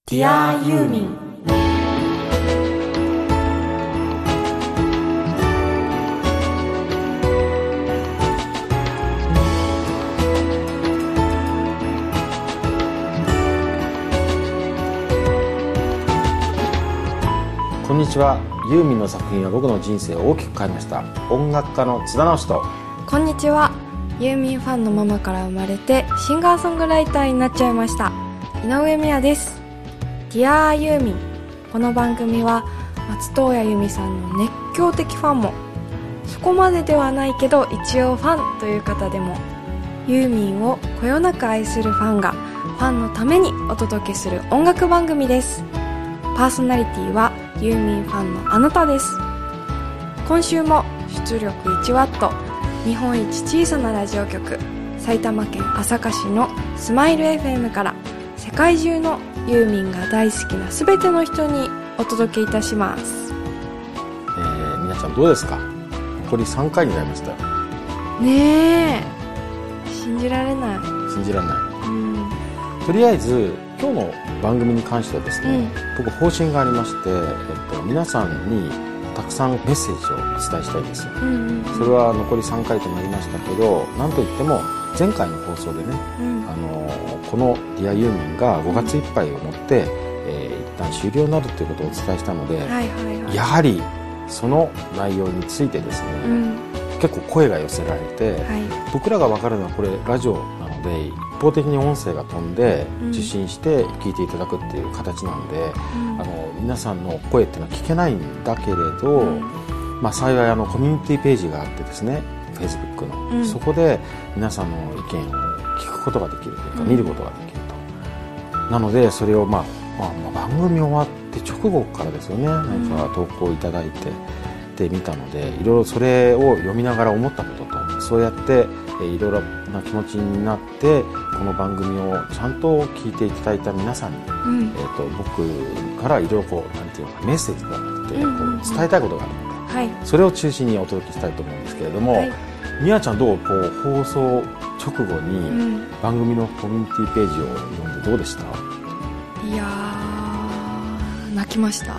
Dear ユーミン。 こんにちは。ユーミンの作品は僕の人生を大きく変えました。音楽家の津田直人と。 こんにちは。ユーミンファンのママから生まれてシンガーソングライターになっちゃいました井上美也です。 Dear ユーミン。この番組は松任谷由実さんの熱狂的ファンも、そこまでではないけど一応ファンという方でも、ユーミンをこよなく愛するファンがファンのためにお届けする音楽番組です。パーソナリティはユーミンファンのあなたです。今週も出力 1W 日本一小さなラジオ局、埼玉県朝霞市のスマイル FM から世界中のユーミンが大好きなすべての人にお届けいたします。 皆さんどうですか？残り3回になりましたよ。 ねえ、信じられない。 信じられない、とりあえず今日の番組に関してはですね、僕方針がありまして、皆さんにたくさんメッセージをお伝えしたいです、それは残り3回となりましたけど、なんといっても前回の放送でね、このディアユーミンが5月いっぱいをもって、一旦終了になるということをお伝えしたので、やはりその内容についてですね、結構声が寄せられて、僕らが分かるのはこれラジオなので一方的に音声が飛んで受信して聞いていただくっていう形なので、皆さんの声っていうのは聞けないんだけれど、幸いコミュニティページがあってですね、 Facebook の、そこで皆さんの意見を聞くことができるというか、見ることができると。なのでそれを番組終わって直後からですよね、なんか投稿いただいて見たので、いろいろそれを読みながら思ったことと、そうやっていろいろな気持ちになってこの番組をちゃんと聞いていただいた皆さんに、僕からいろいろなんていうかメッセージがあって、伝えたいことがあるので、それを中心にお届けしたいと思うんですけれども、みやちゃんどう放送直後に番組のコミュニティページを読んでどうでした？ いやー、泣きました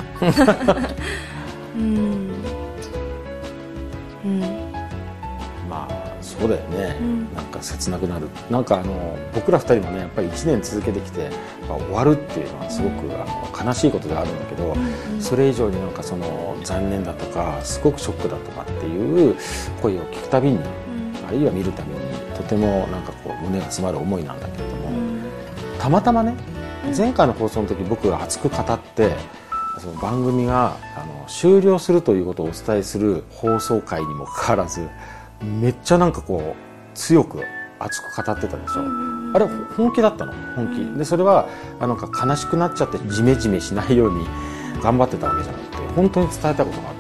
そうだよね、なんか切なくなる。なんか僕ら二人もね、やっぱり1年続けてきて、終わるっていうのはすごく悲しいことではあるんだけど、それ以上になんかその残念だとかすごくショックだとかっていう声を聞くたびに、あるいは見るたびにとてもなんか胸が詰まる思いなんだけれども、たまたまね、前回の放送の時僕が熱く語ってその番組が終了するということをお伝えする放送回にもかかわらず、めっちゃなんか強く熱く語ってたでしょ、あれ本気だったの？本気で、それはなんか悲しくなっちゃってジメジメしないように頑張ってたわけじゃなくて、本当に伝えたいことがあったから、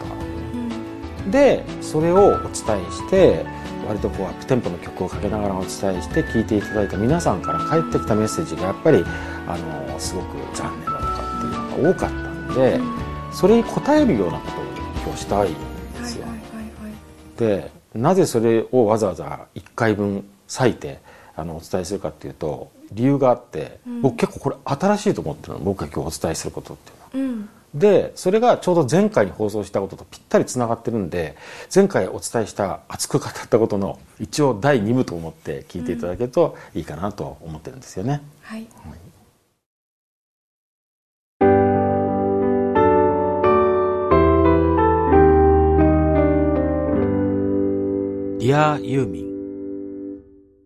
でそれをお伝えして割とアップテンポの曲をかけながらお伝えして聞いていただいた皆さんから返ってきたメッセージがやっぱりすごく残念だとかっていうのが多かったので、それに応えるようなことを今日したいんですよ。でなぜそれをわざわざ1回分割いてお伝えするかっていうと理由があって、僕結構これ新しいと思ってるの、僕が今日お伝えすることっていうのは、でそれがちょうど前回に放送したこととぴったりつながってるんで、前回お伝えした熱く語ったことの一応第2部と思って聞いていただけるといいかなと思ってるんですよね。Dear ユーミン。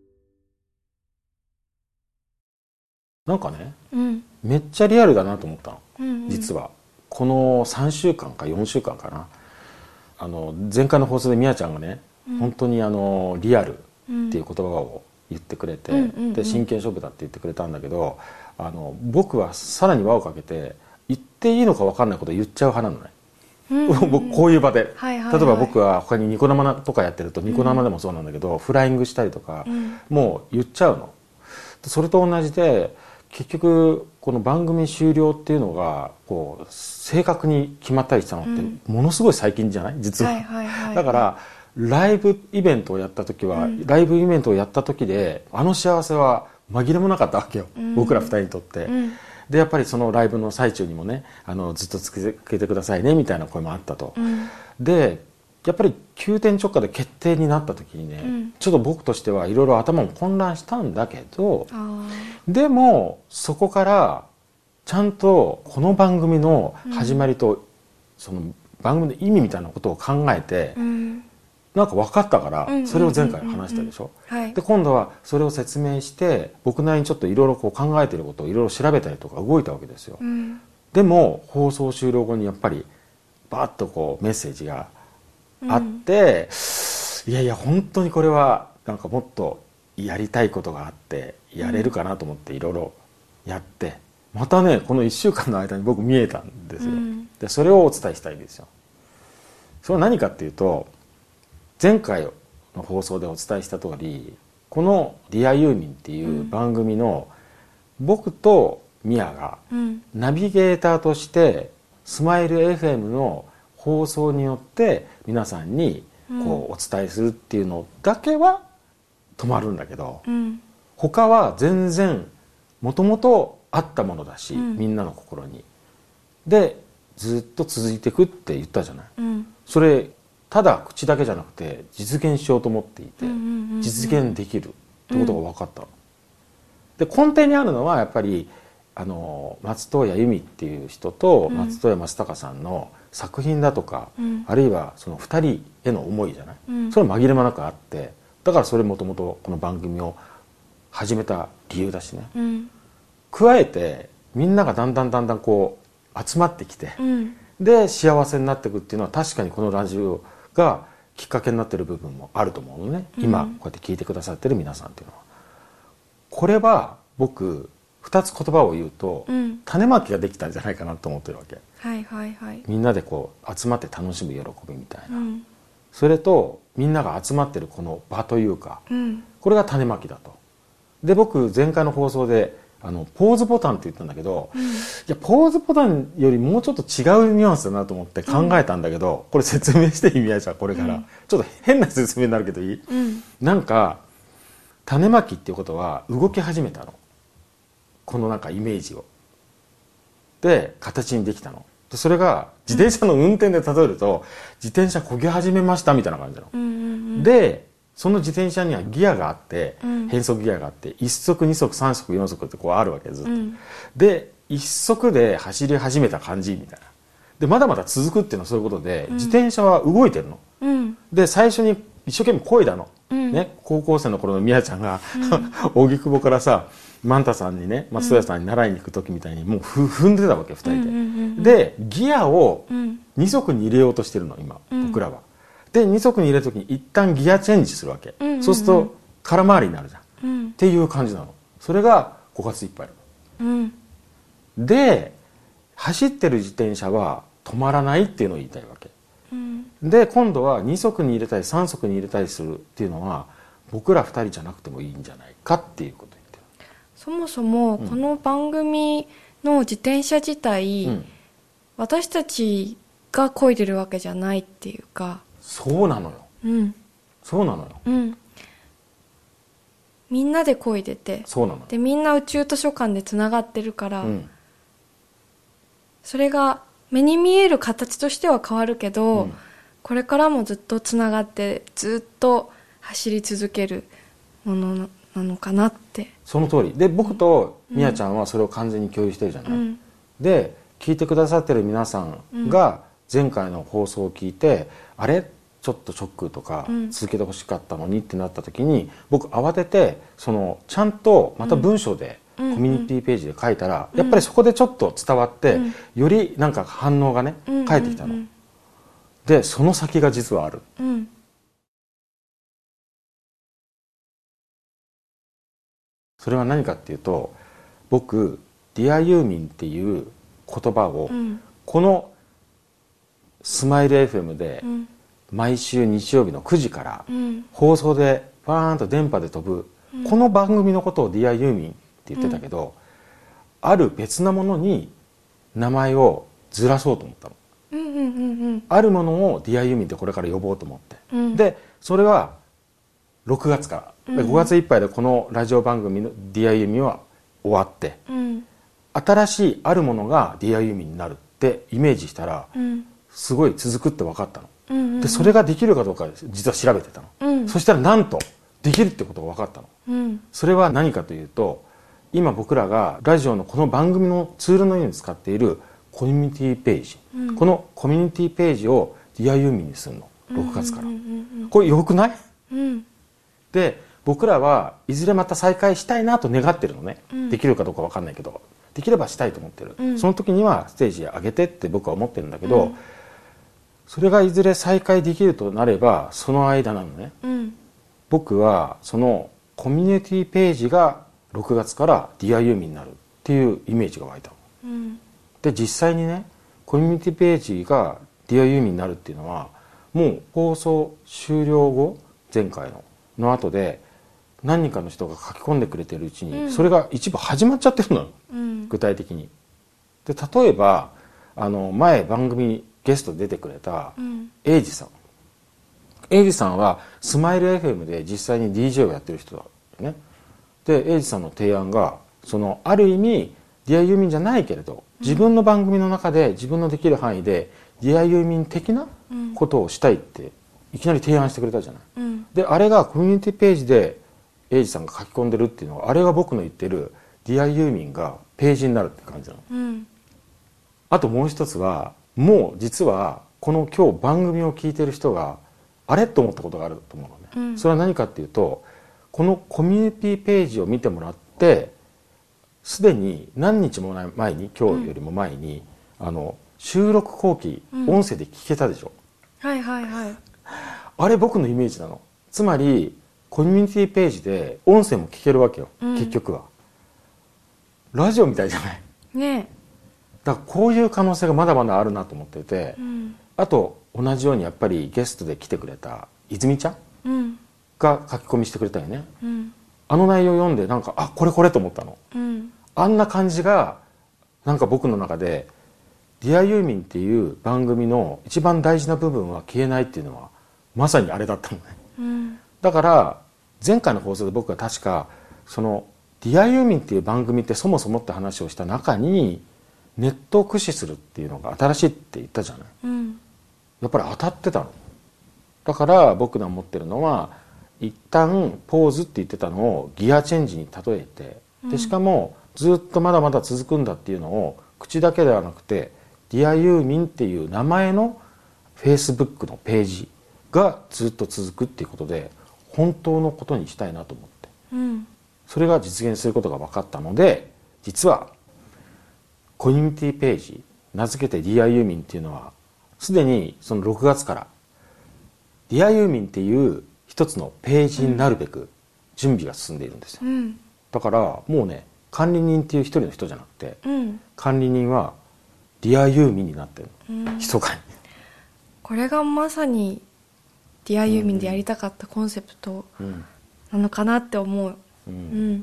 なんかね、めっちゃリアルだなと思ったの、実はこの3週間か4週間かな、前回の放送でみやちゃんがね、本当にリアルっていう言葉を言ってくれて、で真剣勝負だって言ってくれたんだけど、僕はさらに輪をかけて言っていいのか分かんないことを言っちゃう派なのね。僕こういう場で、例えば僕は他にニコ生とかやってると、ニコ生でもそうなんだけど、フライングしたりとか、もう言っちゃうの。それと同じで結局この番組終了っていうのが正確に決まったりしたのってものすごい最近じゃない？実は。だからライブイベントをやった時は、ライブイベントをやった時で幸せは紛れもなかったわけよ、僕ら二人にとって。 でやっぱりそのライブの最中にもねずっと続けてくださいねみたいな声もあったと、でやっぱり急転直下で決定になった時にね、ちょっと僕としてはいろいろ頭も混乱したんだけど、でもそこからちゃんとこの番組の始まりと、その番組の意味みたいなことを考えて、なんか分かったから、それを前回話したでしょ、で今度はそれを説明して僕なりにちょっといろいろ考えていることをいろいろ調べたりとか動いたわけですよ、でも放送終了後にやっぱりバーッとこうメッセージがあって、いやいや本当にこれはなんかもっとやりたいことがあってやれるかなと思っていろいろやって、またねこの1週間の間に僕見えたんですよ、でそれをお伝えしたいんですよ。それは何かっていうと、前回の放送でお伝えした通り、この「ディアユーミン」っていう番組の僕とミヤがナビゲーターとしてスマイル FM の放送によって皆さんにこうお伝えするっていうのだけは止まるんだけど、他は全然もともとあったものだし、みんなの心にでずっと続いていくって言ったじゃない、それただ口だけじゃなくて実現しようと思っていて、実現できるってことが分かったの、で根底にあるのはやっぱり松任谷由実っていう人と松任谷正隆さんの作品だとか、あるいはその2人への思いじゃない、それは紛れもなくあって、だからそれもともとこの番組を始めた理由だしね、加えてみんながだんだんこう集まってきて、で幸せになっていくっていうのは確かにこのラジオがきっかけになっている部分もあると思うのね、今こうやって聞いてくださってる皆さんっていうのは。これは僕2つ言葉を言うと、種まきができたんじゃないかなと思ってるわけ、みんなでこう集まって楽しむ喜びみたいな、それとみんなが集まってるこの場というか、これが種まきだと。で僕前回の放送でポーズボタンって言ったんだけど、いやポーズボタンよりもうちょっと違うニュアンスだなと思って考えたんだけど、これ説明して意味合いじゃんこれから、ちょっと変な説明になるけどいい、なんか種まきっていうことは動き始めたの、このなんかイメージをで形にできたので、それが自転車の運転で例えると、自転車漕ぎ始めましたみたいな感じなの、でその自転車にはギアがあって、変速ギアがあって1速2速3速4速ってこうあるわけずっと、で1速で走り始めた感じみたいなで、まだまだ続くっていうのはそういうことで、自転車は動いてるの、で最初に一生懸命漕いだの、ね、高校生の頃のみやちゃんが荻窪からさマンタさんにね松任谷さんに習いに行く時みたいにもう踏んでたわけ2人で、でギアを2速に入れようとしてるの今、僕らは。で2速に入れる時に一旦ギアチェンジするわけ、そうすると空回りになるじゃん、っていう感じなの。それが5月いっぱいなの、で走ってる自転車は止まらないっていうのを言いたいわけ、で今度は2速に入れたり3速に入れたりするっていうのは僕ら2人じゃなくてもいいんじゃないかっていうことを言ってる。 そもそもこの番組の自転車自体、私たちが漕いでるわけじゃないっていうか。 そうなのよ、そうなのよ、みんなで漕いでて、 そうなのでみんな宇宙図書館でつながってるから、それが目に見える形としては変わるけど、これからもずっとつながってずっと走り続けるものなのかなって。 その通りで、僕とみやちゃんはそれを完全に共有してるじゃない、で聞いてくださってる皆さんが前回の放送を聞いて、あれちょっとショックとか続けてほしかったのにってなった時に、僕慌ててちゃんとまた文章でコミュニティページで書いたら、やっぱりそこでちょっと伝わって、よりなんか反応がね返ってきたの、でその先が実はある、それは何かっていうと、僕ディアユーミンっていう言葉を、このスマイル FM で毎週日曜日の9時から放送でバーンと電波で飛ぶ、この番組のことをディアユーミンって言ってたけど、ある別なものに名前をずらそうと思ったの、あるものをディアユーミンってこれから呼ぼうと思って、でそれは6月から、5月いっぱいでこのラジオ番組のディアユーミンは終わって、 新しいあるものがディアユーミンになるってイメージしたら、 うん、 すごい続くって分かったの、 うんうんうん、 でそれができるかどうか実は調べてたの、 うん、 そしたらなんとできるってことが分かったの、 うん、それは何かというと、今僕らがラジオのこの番組のツールのように使っているコミュニティページ、うん、このコミュニティページをディアユーミンにするの、6月から、これよくない？うん、で僕らはいずれまた再開したいなと願ってるのね、うん、できるかどうか分かんないけど、できればしたいと思ってる、うん、その時にはステージ上げてって僕は思ってるんだけど、うん、それがいずれ再開できるとなればその間なのね、うん、僕はそのコミュニティページが6月からディアユーミンになるっていうイメージが湧いたの、うん、で実際にねコミュニティページがディアユーミンになるっていうのはもう放送終了後、前回の後で何人かの人が書き込んでくれてるうちに、それが一部始まっちゃってるのよ、うん、具体的に。で例えば前番組にゲストで出てくれたエイジさん、エイジさんはスマイル FM で実際に DJ をやってる人だよね。でエイジさんの提案がある意味ディアユーミンじゃないけれど、自分の番組の中で自分のできる範囲でディアユーミン的なことをしたいっていきなり提案してくれたじゃない、うん、であれがコミュニティページでエイジさんが書き込んでるっていうのは、あれが僕の言ってるディアユーミンがページになるって感じなの、うん、あともう一つは、もう実はこの今日番組を聞いてる人があれと思ったことがあると思うのね、うん、それは何かっていうと、このコミュニティページを見てもらってすでに何日も前に、今日よりも前に、収録後期、音声で聞けたでしょ、 はいはいはい、 あれ僕のイメージなの。つまりコミュニティページで音声も聞けるわけよ、うん、結局はラジオみたいじゃないね。 だからこういう可能性がまだまだあるなと思っていて、うん、あと同じようにやっぱりゲストで来てくれた泉ちゃん、うん、が書き込みしてくれたよね、うん、あの内容読んでなんかこれと思ったの、うん、あんな感じがなんか僕の中でディアユーミンっていう番組の一番大事な部分は消えないっていうのはまさにあれだったのね、うん、だから前回の放送で僕は確かディアユーミンっていう番組ってそもそもって話をした中にネットを駆使するっていうのが新しいって言ったじゃない、うん、やっぱり当たってたの。だから僕が思ってるのは、一旦ポーズって言ってたのをギアチェンジに例えて、でしかもずっとまだまだ続くんだっていうのを口だけではなくてディアユーミンっていう名前のフェイスブックのページがずっと続くっていうことで本当のことにしたいなと思って、うん、それが実現することが分かったので、実はコミュニティページ名付けてディアユーミンっていうのはすでにその6月からディアユーミンっていう一つのページになるべく準備が進んでいるんですよ、うん、だからもうね、管理人っていう一人の人じゃなくて、うん、管理人はディアユーミンになってる、うん、密かに。 これがまさにディアユーミンでやりたかったコンセプトなのかなって思う、 うんうん、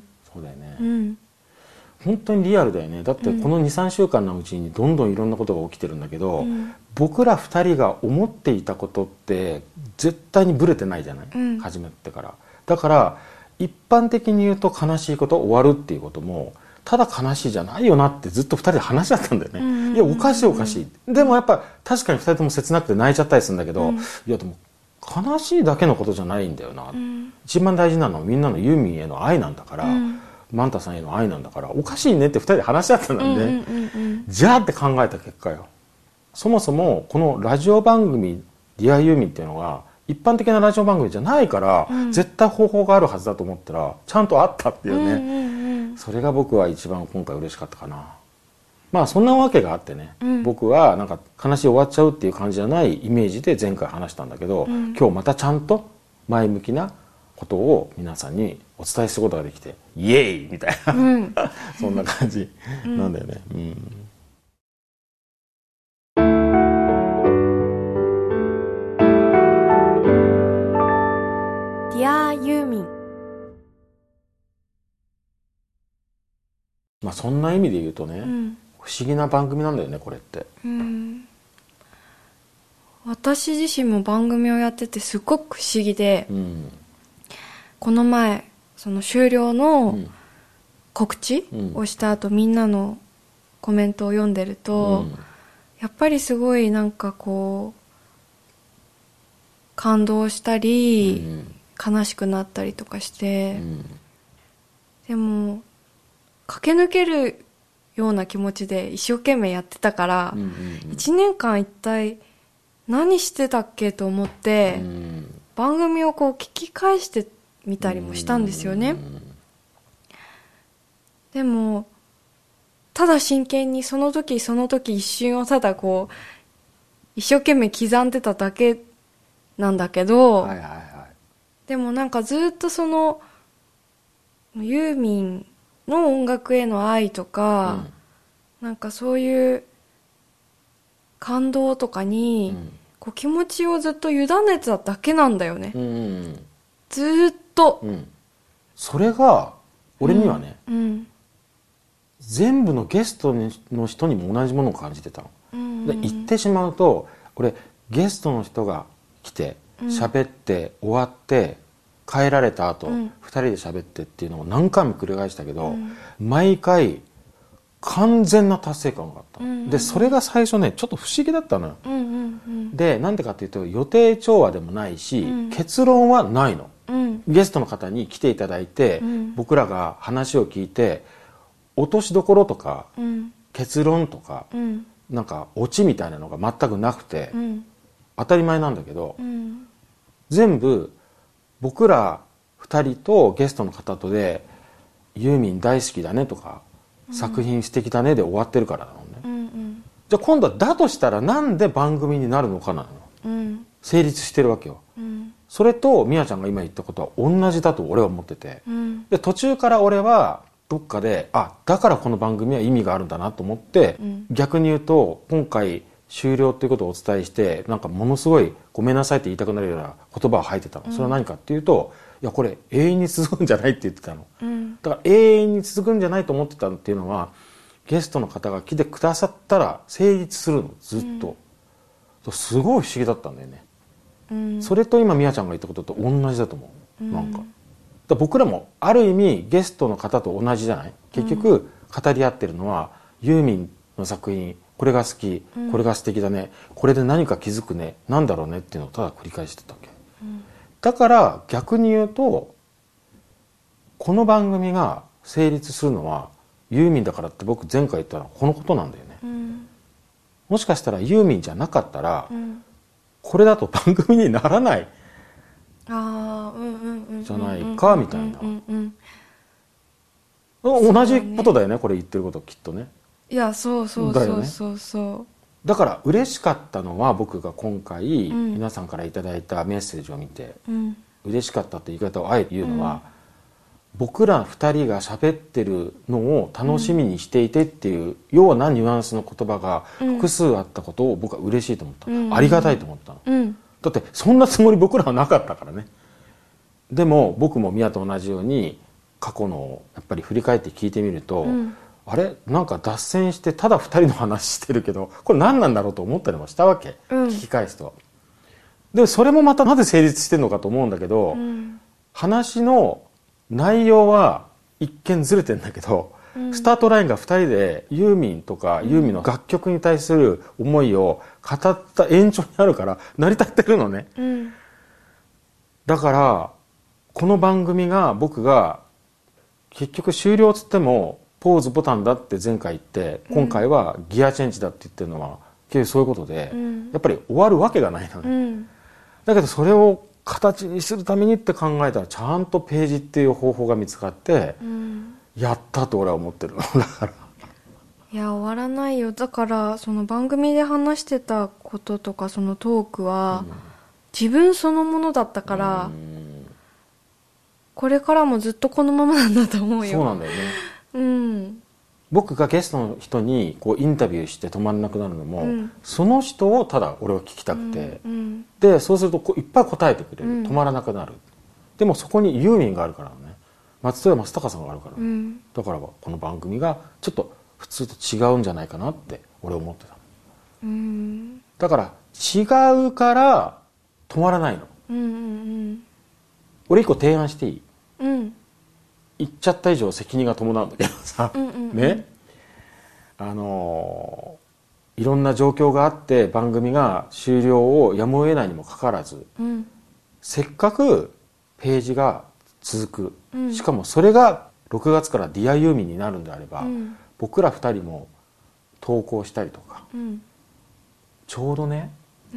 そうだよね、うん、本当にリアルだよね。だってこの 2,3 週間のうちにどんどんいろんなことが起きてるんだけど、うん、僕ら2人が思っていたことって絶対にブレてないじゃない、うん、始めてから。だから一般的に言うと悲しいこと、終わるっていうこともただ悲しいじゃないよなってずっと2人で話し合ったんだよね、うんうんうんうん、いやおかしいおかしい、でもやっぱ確かに2人とも切なくて泣いちゃったりするんだけど、うん、いやでも悲しいだけのことじゃないんだよな、うん、一番大事なのはみんなのユーミンへの愛なんだから、うん、マンタさんへの愛なんだから、おかしいねって2人で話し合ったんだよね、うんうんうんうん、じゃあって考えた結果よ。そもそもこのラジオ番組ディアユーミンっていうのが一般的なラジオ番組じゃないから、うん、絶対方法があるはずだと思ったらちゃんとあったっていうね、うんうんうん、それが僕は一番今回嬉しかったかな。まあそんなわけがあってね、うん、僕はなんか悲しい終わっちゃうっていう感じじゃないイメージで前回話したんだけど、うん、今日またちゃんと前向きなことを皆さんにお伝えすることができてイエーイみたいな、うん、そんな感じなんだよね、うんうん。 ディアユーミン。 まあそんな意味で言うとね、うん、不思議な番組なんだよねこれって、うん、 私自身も番組をやっててすごく不思議で、うん、この前その終了の告知をした後、みんなのコメントを読んでると、やっぱりすごいなんかこう感動したり、悲しくなったりとかして、でも駆け抜けるような気持ちで一生懸命やってたから、1年間一体何してたっけと思って、番組をこう聞き返してみたりもしたんですよね。でもただ真剣にその時その時一瞬をただこう一生懸命刻んでただけなんだけど、でもなんかずっとそのユーミンの音楽への愛とか、なんかそういう感動とかに、こう気持ちをずっと委ねてただけなんだよね、ずっと、 それが俺にはね、全部のゲストの人にも同じものを感じてたの、で言ってしまうと、俺ゲストの人が来て喋って終わって帰られた後、2人で喋ってっていうのを何回も繰り返したけど、毎回完全な達成感があった、でそれが最初ねちょっと不思議だったのよ、でなんでかっていうと予定調和でもないし、結論はないの、ゲストの方に来ていただいて、僕らが話を聞いて落としどころとか、結論とか、なんかオチみたいなのが全くなくて、当たり前なんだけど、全部僕ら2人とゲストの方とでユーミン大好きだねとか、作品素敵だねで終わってるからなのね、じゃあ今度はだとしたらなんで番組になるのかなの、成立してるわけよ、それとみやちゃんが今言ったことは同じだと俺は思ってて、で途中から俺はどっかでだからこの番組は意味があるんだなと思って、逆に言うと今回終了っていうことをお伝えして、なんかものすごいごめんなさいって言いたくなるような言葉を吐いてたの、それは何かっていうと、いやこれ永遠に続くんじゃないって言ってたの、だから永遠に続くんじゃないと思ってたっていうのは、ゲストの方が来てくださったら成立するの、ずっと、すごい不思議だったんだよね、それと今みやちゃんが言ったことと同じだと思う、なんかだ僕らもある意味ゲストの方と同じじゃない、結局語り合ってるのはユーミンの作品、これが好き、これが素敵だね、これで何か気づくね、なんだろうねっていうのをただ繰り返してたわけ、だから逆に言うとこの番組が成立するのはユーミンだからって僕前回言ったのはこのことなんだよね、もしかしたらユーミンじゃなかったら、これだと番組にならないじゃないかみたいな、同じことだよね、これ言ってることきっとね。 いやそうそうそうそうそう、 だから嬉しかったのは、僕が今回皆さんからいただいたメッセージを見て、嬉しかったって言い方をあえて言うのは、僕ら2人が喋ってるのを楽しみにしていてっていうようなニュアンスの言葉が複数あったことを僕は嬉しいと思った、ありがたいと思ったの、だってそんなつもり僕らはなかったからね。でも僕も宮と同じように過去のやっぱり振り返って聞いてみると、あれなんか脱線してただ2人の話してるけどこれ何なんだろうと思ったりもしたわけ、聞き返すと。でもそれもまたなぜ成立してるのかと思うんだけど、話の内容は一見ずれてんだけど、スタートラインが2人でユーミンとかユーミンの楽曲に対する思いを語った延長にあるから成り立ってるのね、だからこの番組が僕が結局終了つってもポーズボタンだって前回言って、今回はギアチェンジだって言ってるのは結局そういうことで、やっぱり終わるわけがないのね、だけどそれを形にするためにって考えたらちゃんとページっていう方法が見つかって、やったと俺は思ってるのだからいや終わらないよ。だからその番組で話してたこととかそのトークは、自分そのものだったから、これからもずっとこのままなんだと思うよ。 そうなんだよね、僕がゲストの人にこうインタビューして止まらなくなるのも、その人をただ俺は聞きたくて、でそうするといっぱい答えてくれる、止まらなくなる。でもそこにユーミンがあるからね、松任谷正隆さんがあるから、だからこの番組がちょっと普通と違うんじゃないかなって俺思ってた、だから違うから止まらないの、俺一個提案していい？言っちゃった以上責任が伴うんだけどさ、ね、 いろんな状況があって番組が終了をやむを得ないにもかかわらず、せっかくページが続く、しかもそれが6月からディアユーミンになるんであれば、僕ら2人も投稿したりとか、ちょうどね、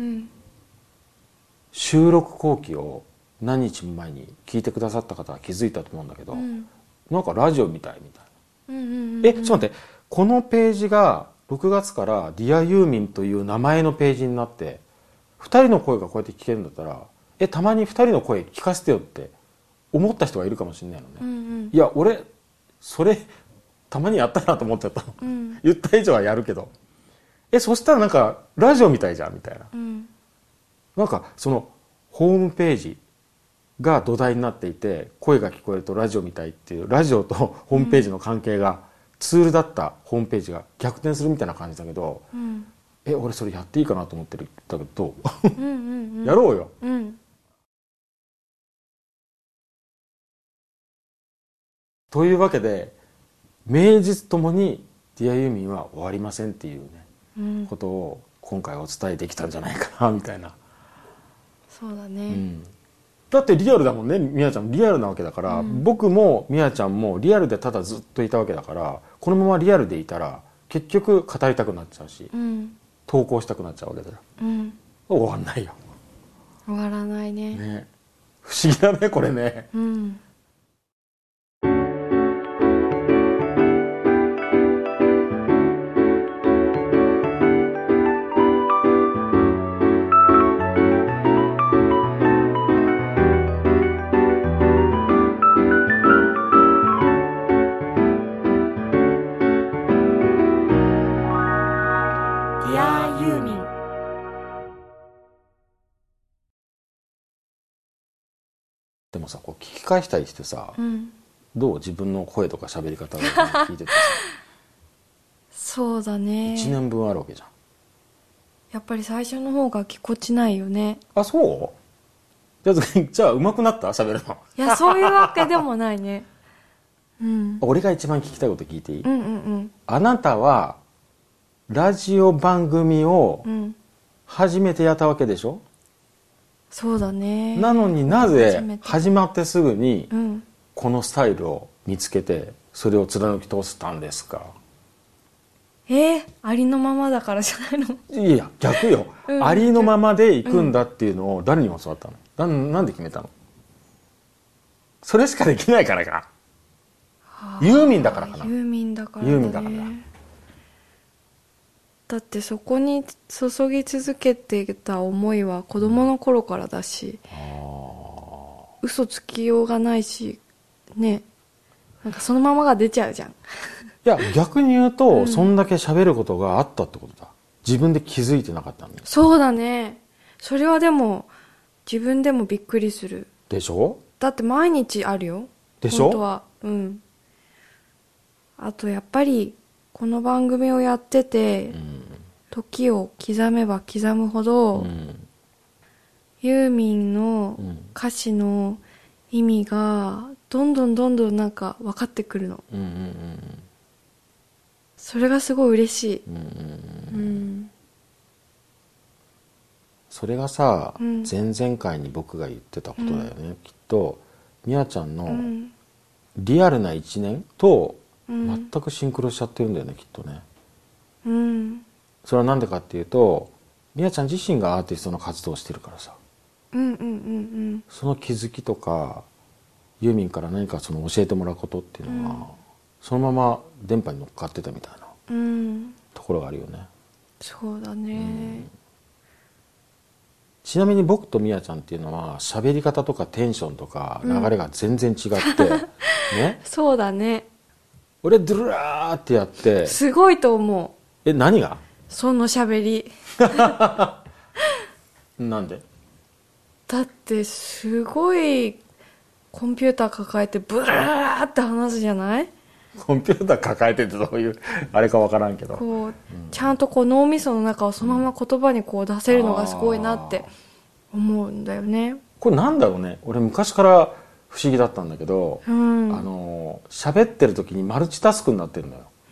収録後期を何日も前に聞いてくださった方は気づいたと思うんだけど、なんかラジオみたいな、ちょっと待って、このページが6月からディアユーミンという名前のページになって2人の声がこうやって聞けるんだったら、たまに2人の声聞かせてよって思った人がいるかもしれないのね、いや俺それたまにやったなと思っちゃったの、言った以上はやるけど、そしたらなんかラジオみたいじゃんみたいな、なんかそのホームページが土台になっていて声が聞こえるとラジオみたいっていうラジオとホームページの関係がツールだったホームページが逆転するみたいな感じだけど、俺それやっていいかなと思ってるんだけどやろうよ、というわけで名実ともにディアユーミンは終わりませんっていうね、ことを今回お伝えできたんじゃないかなみたいな。 そうだね、 だってリアルだもんね、みやちゃんリアルなわけだから、僕もみやちゃんもリアルでただずっといたわけだから、このままリアルでいたら結局語りたくなっちゃうし、投稿したくなっちゃうわけだよ、終わんないよ。 終わらないね。 不思議だねこれね。でもさ、こう聞き返したりしてさ、どう自分の声とか喋り方が聞いててさそうだね、 1年分あるわけじゃん。 やっぱり最初の方がぎこちないよね。 あ、そうじゃあ上手くなった喋るの。 いやそういうわけでもないね俺が一番聞きたいこと聞いていい？あなたはラジオ番組を初めてやったわけでしょ？ そうだね。 なのになぜ始まってすぐにこのスタイルを見つけてそれを貫き通したんですか？ ありのままだからじゃないの？ いや逆よ、ありのままで行くんだっていうのを誰に教わったの？なんで決めたの？それしかできないからか。ユーミンだからかな。 ユーミンだからね。だってそこに注ぎ続けてた思いは子供の頃からだし、嘘つきようがないしね、なんかそのままが出ちゃうじゃん。いや逆に言うと、そんだけ喋ることがあったってことだ。自分で気づいてなかったんだよ。 そうだね。それはでも自分でもびっくりするでしょ。 だって毎日あるよ。 でしょ。 本当は。あとやっぱりこの番組をやってて、時を刻めば刻むほど、ユーミンの歌詞の意味がどんどんなんか分かってくるの、それがすごい嬉しい、 それがさ、前々回に僕が言ってたことだよね、きっとみやちゃんのリアルな一年と全くシンクロしちゃってるんだよね、きっとね。それはなんでかっていうと、みやちゃん自身がアーティストの活動をしてるからさ、その気づきとかユーミンから何かその教えてもらうことっていうのは、そのまま電波に乗っかってたみたいな、ところがあるよね。 そうだね、 ちなみに僕とみやちゃんっていうのは喋り方とかテンションとか流れが全然違って、ね。 そうだね。 俺ドゥルラーってやってすごいと思う。何が？ その喋りなんで？ だってすごいコンピューター抱えてブラーって話すじゃない？ コンピューター抱えてってどういうあれか分からんけど、 こう、ちゃんとこう脳みその中をそのまま言葉にこう出せるのがすごいなって思うんだよね。 これなんだろうね。俺昔から不思議だったんだけど、喋ってる時にマルチタスクになってるのよ。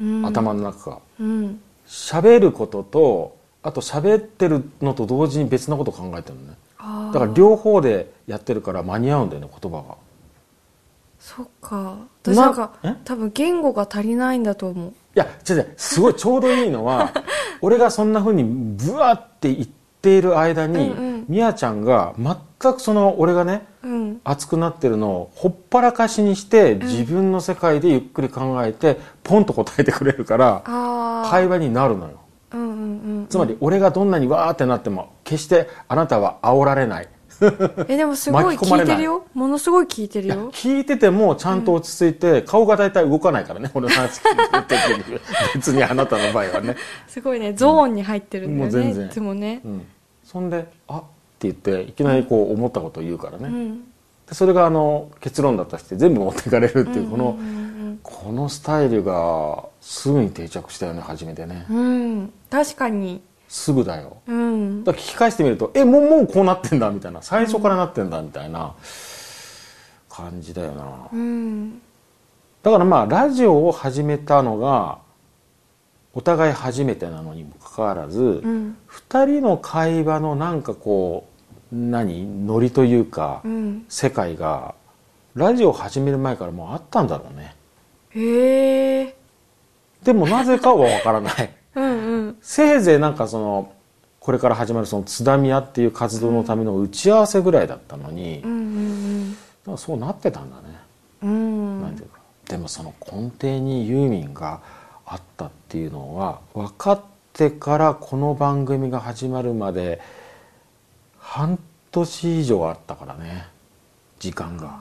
頭の中が。 うん。 喋ることと、あと喋ってるのと同時に別のことを考えてるのね。だから両方でやってるから間に合うんだよね、言葉が。 そっか。私なんか多分言語が足りないんだと思う。 いや、違う、すごいちょうどいいのは、俺がそんな風にブワーって言っている間に、みやちゃんが全くその俺がね、熱くなってるのをほっぱらかしにして、自分の世界でゆっくり考えて、ポンと答えてくれるから、会話になるのよ。つまり俺がどんなにわーってなっても、決してあなたは煽られない。 でもすごい聞いてるよ。ものすごい聞いてるよ。 聞いててもちゃんと落ち着いて、顔が大体動かないからね、俺の話聞いてる時に。別にあなたの場合はね。 すごいね、ゾーンに入ってるんだよね、もう全然いつもね。 そんで、あって言って、いきなりこう思ったことを言うからね。でそれが結論だったして全部持っていかれるっていう、このスタイルがすぐに定着したよね、初めてね。 確かに。 すぐだよ。だから聞き返してみると、もうこうなってんだみたいな、最初からなってんだみたいな感じだよな。だからまあラジオを始めたのがお互い初めてなのにもかかわらず、二人の会話のなんかこうノリというか、世界がラジオを始める前からもうあったんだろうね。 へえ。 でもなぜかはわからない。せいぜいなんかこれから始まるその津田宮っていう活動のための打ち合わせぐらいだったのに、そうなってたんだね。なんていうか。でもその根底にユーミンがあったっていうのは分かってからこの番組が始まるまで半年以上あったからね、時間が。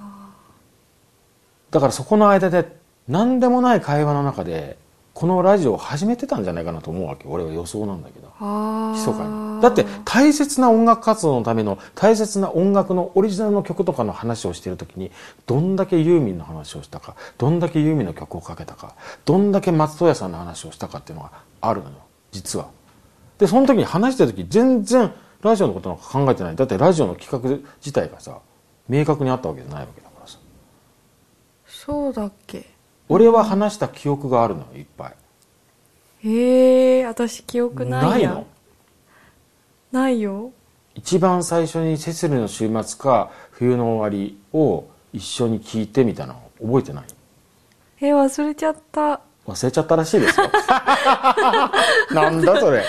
だからそこの間で何でもない会話の中でこのラジオを始めてたんじゃないかなと思うわけ。俺は予想なんだけど、密かに。だって大切な音楽活動のための大切な音楽のオリジナルの曲とかの話をしている時に、どんだけユーミンの話をしたか、どんだけユーミンの曲をかけたか、どんだけ松任谷さんの話をしたかっていうのがあるのよ、実は。でその時に話してる時全然ラジオのことなんか考えてない。だってラジオの企画自体がさ明確にあったわけじゃないわけだからさ。 そうだっけ。 俺は話した記憶があるのよ、いっぱい。 へえ、私記憶ないや。 ないの？ ないよ。 一番最初にセセルの週末か冬の終わりを一緒に聞いてみたの覚えてない？ 忘れちゃった。 忘れちゃったらしいですよ。なんだそれ。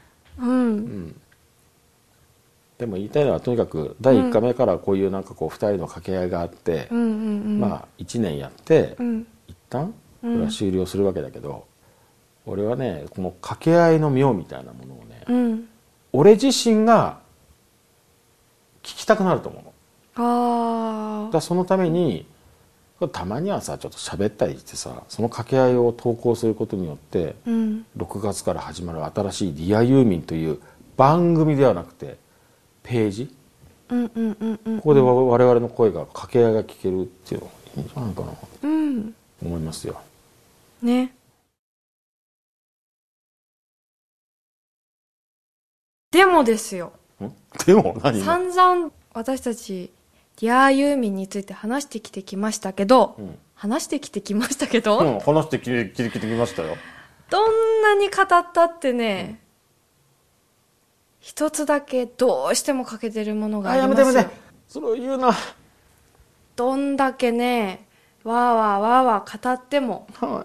でも言いたいのはとにかく第1回目からこういうなんかこう2人の掛け合いがあって、まあ1年やって、一旦これは終了するわけだけど、俺はねこの掛け合いの妙みたいなものをね、俺自身が聞きたくなると思うの。だからそのためにたまにはさちょっと喋ったりしてさ、その掛け合いを投稿することによって、6月から始まる新しい「ディアユーミン」という番組ではなくてページ、ここで我々の声が掛け合いが聞けるっていうのがいいんじゃないかなと思いますよ。 ね。でもですよ。 でも何？ 散々私たちディアユーミンについて話してきましたけど、話してきましたけど、 話してきましたよ。 どんなに語ったってね、一つだけどうしても欠けてるものがありますよ。 やめてそれを言うな。 どんだけねわーわー語っても、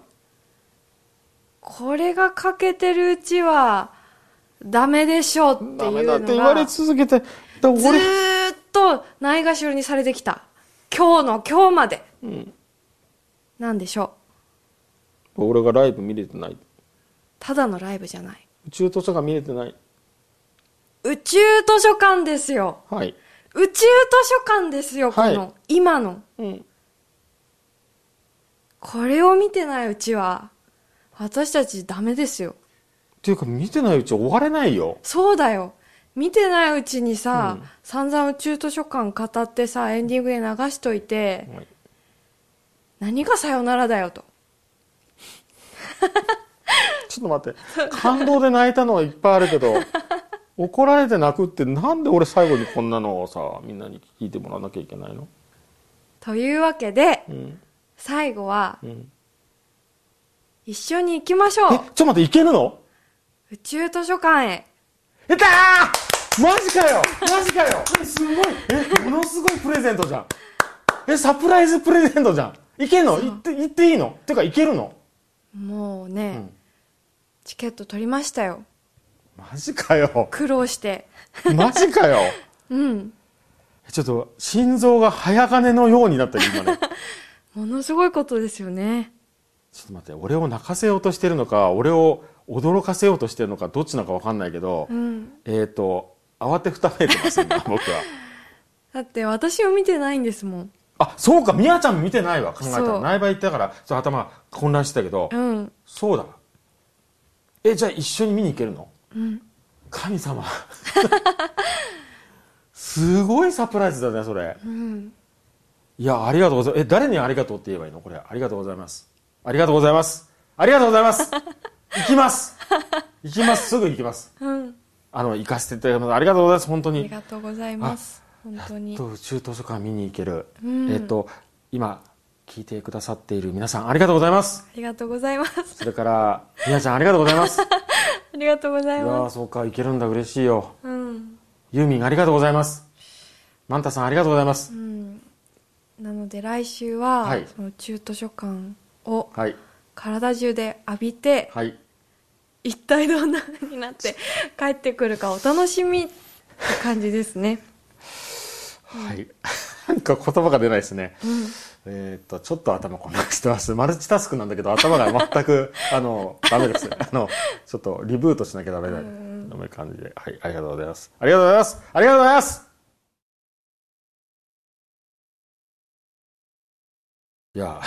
これが欠けてるうちはダメでしょうっていうのがダメだって言われ続けて、ずーっとないがしろにされてきた今日の今日まで、なんでしょう。俺がライブ見れてない。 ただのライブじゃない、 宇宙図書館見れてない。 宇宙図書館ですよ。 はい。 宇宙図書館ですよ、この今の、これを見てないうちは私たちダメですよ。 っていうか見てないうちは終われないよ。 そうだよ。見てないうちにさ、散々宇宙図書館語ってさ、エンディングで流しといて、何がさよならだよと。 ちょっと待って、感動で泣いたのはいっぱいあるけど怒られて泣くってなんで俺最後にこんなのをさみんなに聞いてもらわなきゃいけないの？ というわけで、最後は、 一緒に行きましょう。 ちょっと待って、行けるの？ 宇宙図書館へ。 やったー！マジかよ！マジかよ！すごい。ものすごいプレゼントじゃん。サプライズプレゼントじゃん。行けんの？行っていいの？てか行けるの？ もうね、チケット取りましたよ。 マジかよ。 苦労して。 マジかよ。 うん。 ちょっと心臓が早金のようになったよ今ね。 ものすごいことですよね。 ちょっと待って、俺を泣かせようとしてるのか、俺を驚かせようとしてるのか、どっちなのか分かんないけど、慌てふためいてます今僕は。だって私を見てないんですもん。 あ、そうか、みやちゃん見てないわ、考えたら。苗場行ったから、頭混乱してたけど、そうだ。じゃあ一緒に見に行けるの？神様。すごいサプライズだね、それ。いや、ありがとうございます。誰にありがとうって言えばいいの？これ、ありがとうございます。ありがとうございます。ありがとうございます。行きます。行きます。すぐ行きます。行かせていただきます。ありがとうございます、本当に。 ありがとうございます。本当に。 やっと宇宙図書館見に行ける。今、聞いてくださっている皆さん、ありがとうございます。 ありがとうございます。 それから、みやちゃん、ありがとうございます。 ありがとうございます。 いやそうか、行けるんだ、嬉しいよ。ユーミン、ありがとうございます。マンタさん、ありがとうございます。 なので来週は、その宇宙図書館を体中で浴びて、一体どんな風になって帰ってくるかお楽しみって感じですね。 なんか言葉が出ないですね。ちょっと頭混乱してます。マルチタスクなんだけど頭が全くダメです。ちょっとリブートしなきゃダメだね。こういう感じで、ありがとうございます。ありがとうございます。ありがとうございます。いや、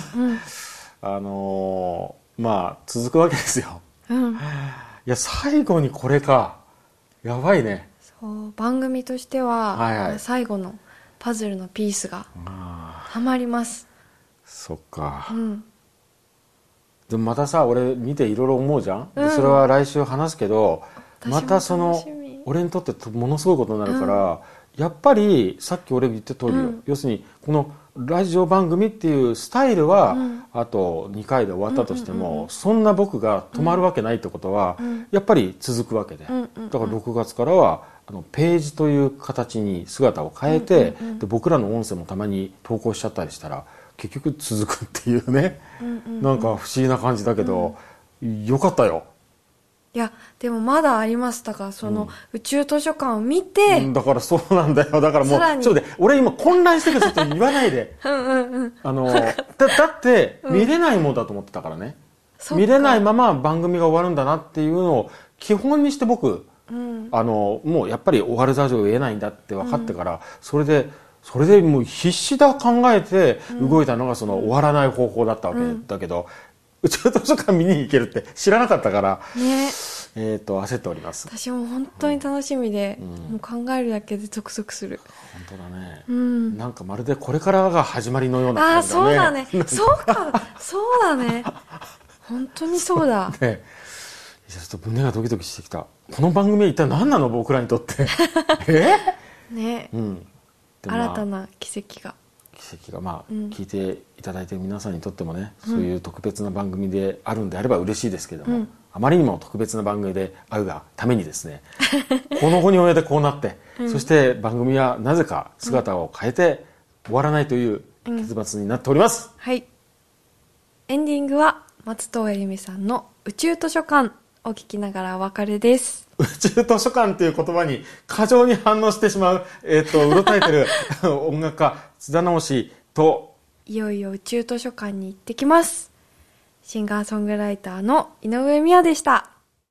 続くわけですよ。いや、最後にこれか。やばいね。 そう、番組としては、最後のパズルのピースがはまります。 そっか。でもまたさ、俺見ていろいろ思うじゃん。でそれは来週話すけど、また俺にとってものすごいことになるから、やっぱりさっき俺言った通りよ。要するにこのラジオ番組っていうスタイルは、あと2回で終わったとしても、そんな僕が止まるわけないってことは、やっぱり続くわけで、だから6月からはページという形に姿を変えて、で僕らの音声もたまに投稿しちゃったりしたら結局続くっていうね、なんか不思議な感じだけど、よかったよ。 いやでもまだあります。だからその宇宙図書館を見て、 だからそうなんだよ。だからもうちょっとで俺今混乱してるちょっと言わないで。だって見れないもんだと思ってたからね。見れないまま番組が終わるんだなっていうのを基本にして僕、もうやっぱり終わるざるを得ないんだって分かってから、それでもう必死だ考えて動いたのがその終わらない方法だったわけだけど、宇宙図書館見に行けるって知らなかったから、焦っております。 私も本当に楽しみで、もう考えるだけでゾクゾクする。 本当だね。なんかまるでこれからが始まりのような感じだね。 そうだね。そうか、そうだね。本当にそうだ。 ちょっと胸がドキドキしてきた。この番組は一体何なの僕らにとって。 ね。新たな奇跡が。 聞いていただいている皆さんにとってもね、そういう特別な番組であるんであれば嬉しいですけども、あまりにも特別な番組であるがためにですね、この後に及んでこうなって、そして番組はなぜか姿を変えて終わらないという結末になっております。 エンディングは松任谷由実さんの宇宙図書館を聞きながらお別れです。 宇宙図書館という言葉に過剰に反応してしまう、うろたえてる音楽家津田直しと、 いよいよ宇宙図書館に行ってきます。シンガーソングライターの井上美也でした。